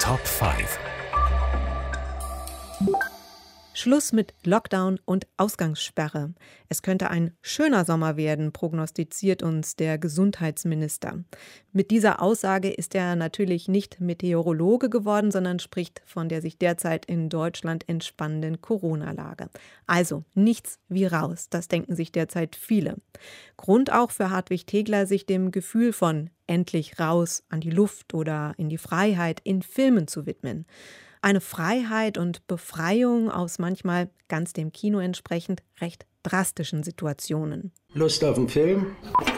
Top 5. Schluss mit Lockdown und Ausgangssperre. Es könnte ein schöner Sommer werden, prognostiziert uns der Gesundheitsminister. Mit dieser Aussage ist er natürlich nicht Meteorologe geworden, sondern spricht von der sich derzeit in Deutschland entspannenden Corona-Lage. Also nichts wie raus, das denken sich derzeit viele. Grund auch für Hartwig Tegler, sich dem Gefühl von endlich raus an die Luft oder in die Freiheit in Filmen zu widmen. Eine Freiheit und Befreiung aus manchmal ganz dem Kino entsprechend recht drastischen Situationen. Lust auf einen Film?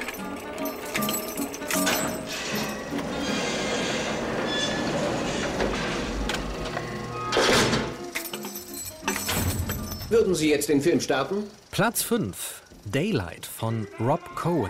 Würden Sie jetzt den Film starten? Platz 5. Daylight von Rob Cohen.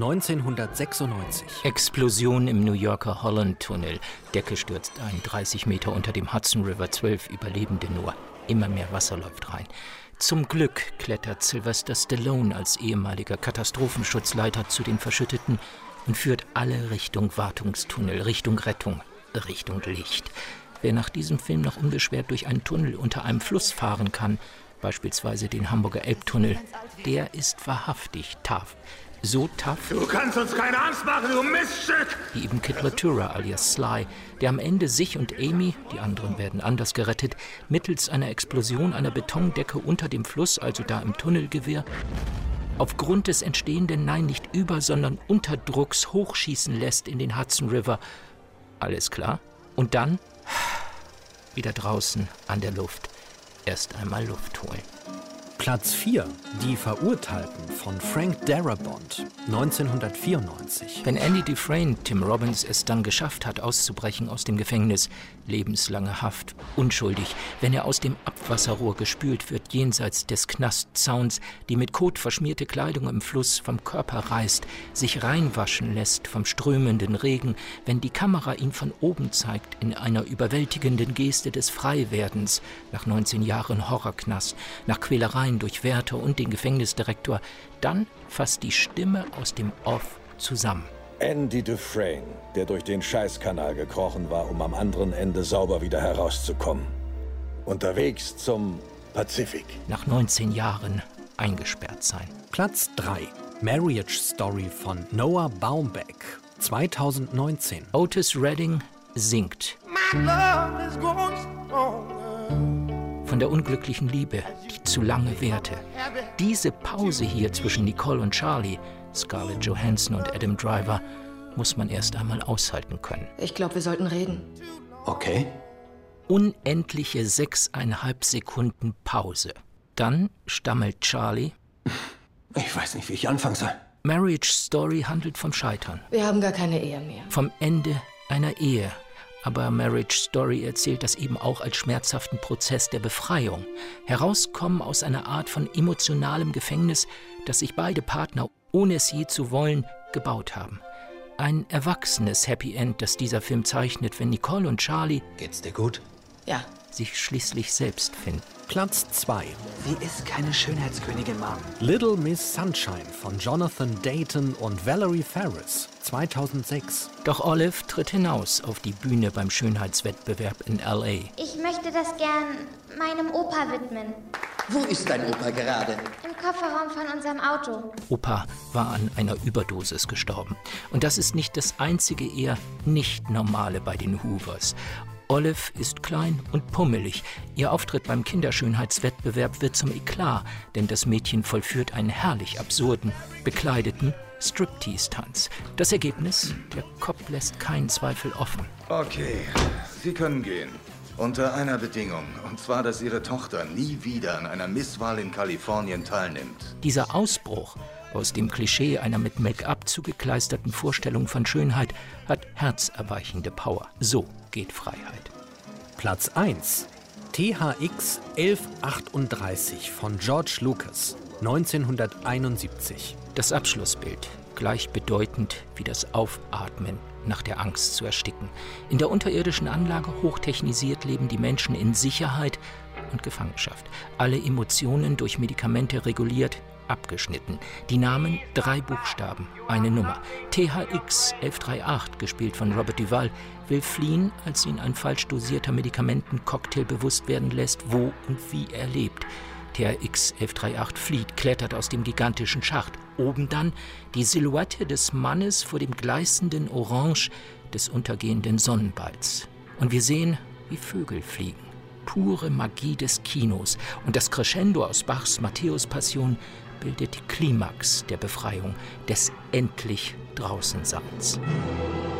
1996. Explosion im New Yorker Holland-Tunnel. Decke stürzt ein, 30 Meter unter dem Hudson River, 12 Überlebende nur. Immer mehr Wasser läuft rein. Zum Glück klettert Sylvester Stallone als ehemaliger Katastrophenschutzleiter zu den Verschütteten und führt alle Richtung Wartungstunnel, Richtung Rettung, Richtung Licht. Wer nach diesem Film noch unbeschwert durch einen Tunnel unter einem Fluss fahren kann, beispielsweise den Hamburger Elbtunnel, der ist wahrhaftig tough. So tough. Du kannst uns keine Angst machen, du Miststück! Wie eben Kid Ventura alias Sly, der am Ende sich und Amy, die anderen werden anders gerettet, mittels einer Explosion einer Betondecke unter dem Fluss, also da im Tunnelgewirr, aufgrund des entstehenden, nein, nicht Über-, sondern Unterdrucks hochschießen lässt in den Hudson River. Alles klar? Und dann wieder draußen an der Luft. Erst einmal Luft holen. Platz 4. Die Verurteilten von Frank Darabont. 1994. Wenn Andy Dufresne, Tim Robbins, es dann geschafft hat, auszubrechen aus dem Gefängnis, lebenslange Haft, unschuldig, wenn er aus dem Abwasserrohr gespült wird, jenseits des Knastzauns, die mit Kot verschmierte Kleidung im Fluss vom Körper reißt, sich reinwaschen lässt vom strömenden Regen, wenn die Kamera ihn von oben zeigt, in einer überwältigenden Geste des Freiwerdens, nach 19 Jahren Horrorknast, nach Quälereien durch Wärter und den Gefängnisdirektor, dann fasst die Stimme aus dem Off zusammen. Andy Dufresne, der durch den Scheißkanal gekrochen war, um am anderen Ende sauber wieder herauszukommen. Unterwegs zum Pazifik. Nach 19 Jahren eingesperrt sein. Platz 3. Marriage Story von Noah Baumbach. 2019. Otis Redding singt. Von der unglücklichen Liebe, die zu lange währte. Diese Pause hier zwischen Nicole und Charlie, Scarlett Johansson und Adam Driver, muss man erst einmal aushalten können. Ich glaube, wir sollten reden. Okay. Unendliche 6,5 Sekunden Pause. Dann stammelt Charlie. Ich weiß nicht, wie ich anfangen soll. Marriage Story handelt vom Scheitern. Wir haben gar keine Ehe mehr. Vom Ende einer Ehe. Aber Marriage Story erzählt das eben auch als schmerzhaften Prozess der Befreiung. Herauskommen aus einer Art von emotionalem Gefängnis, das sich beide Partner, ohne es je zu wollen, gebaut haben. Ein erwachsenes Happy End, das dieser Film zeichnet, wenn Nicole und Charlie Geht's dir gut? Ja. sich schließlich selbst finden. Platz 2. Sie ist keine Schönheitskönigin, Mom. Little Miss Sunshine von Jonathan Dayton und Valerie Faris. 2006. Doch Olive tritt hinaus auf die Bühne beim Schönheitswettbewerb in L.A. Ich möchte das gern meinem Opa widmen. Wo ist dein Opa gerade? Im Kofferraum von unserem Auto. Opa war an einer Überdosis gestorben. Und das ist nicht das einzige eher Nicht-Normale bei den Hoovers. Olive ist klein und pummelig. Ihr Auftritt beim Kinderschönheitswettbewerb wird zum Eklat, denn das Mädchen vollführt einen herrlich absurden, bekleideten Striptease-Tanz. Das Ergebnis? Der Kopf lässt keinen Zweifel offen. Okay, Sie können gehen. Unter einer Bedingung, und zwar, dass Ihre Tochter nie wieder an einer Misswahl in Kalifornien teilnimmt. Dieser Ausbruch aus dem Klischee einer mit Make-up zugekleisterten Vorstellung von Schönheit hat herzerweichende Power. So geht Freiheit. Platz 1. THX 1138 von George Lucas. 1971. Das Abschlussbild, gleichbedeutend wie das Aufatmen nach der Angst zu ersticken. In der unterirdischen Anlage, hochtechnisiert, leben die Menschen in Sicherheit und Gefangenschaft. Alle Emotionen durch Medikamente reguliert, abgeschnitten. Die Namen 3 Buchstaben, eine Nummer. THX 1138, gespielt von Robert Duvall, will fliehen, als ihn ein falsch dosierter Medikamentencocktail bewusst werden lässt, wo und wie er lebt. THX 1138 flieht, klettert aus dem gigantischen Schacht. Oben dann die Silhouette des Mannes vor dem gleißenden Orange des untergehenden Sonnenballs. Und wir sehen, wie Vögel fliegen. Pure Magie des Kinos. Und das Crescendo aus Bachs Matthäus-Passion bildet die Klimax der Befreiung, des endlich Draußenseins.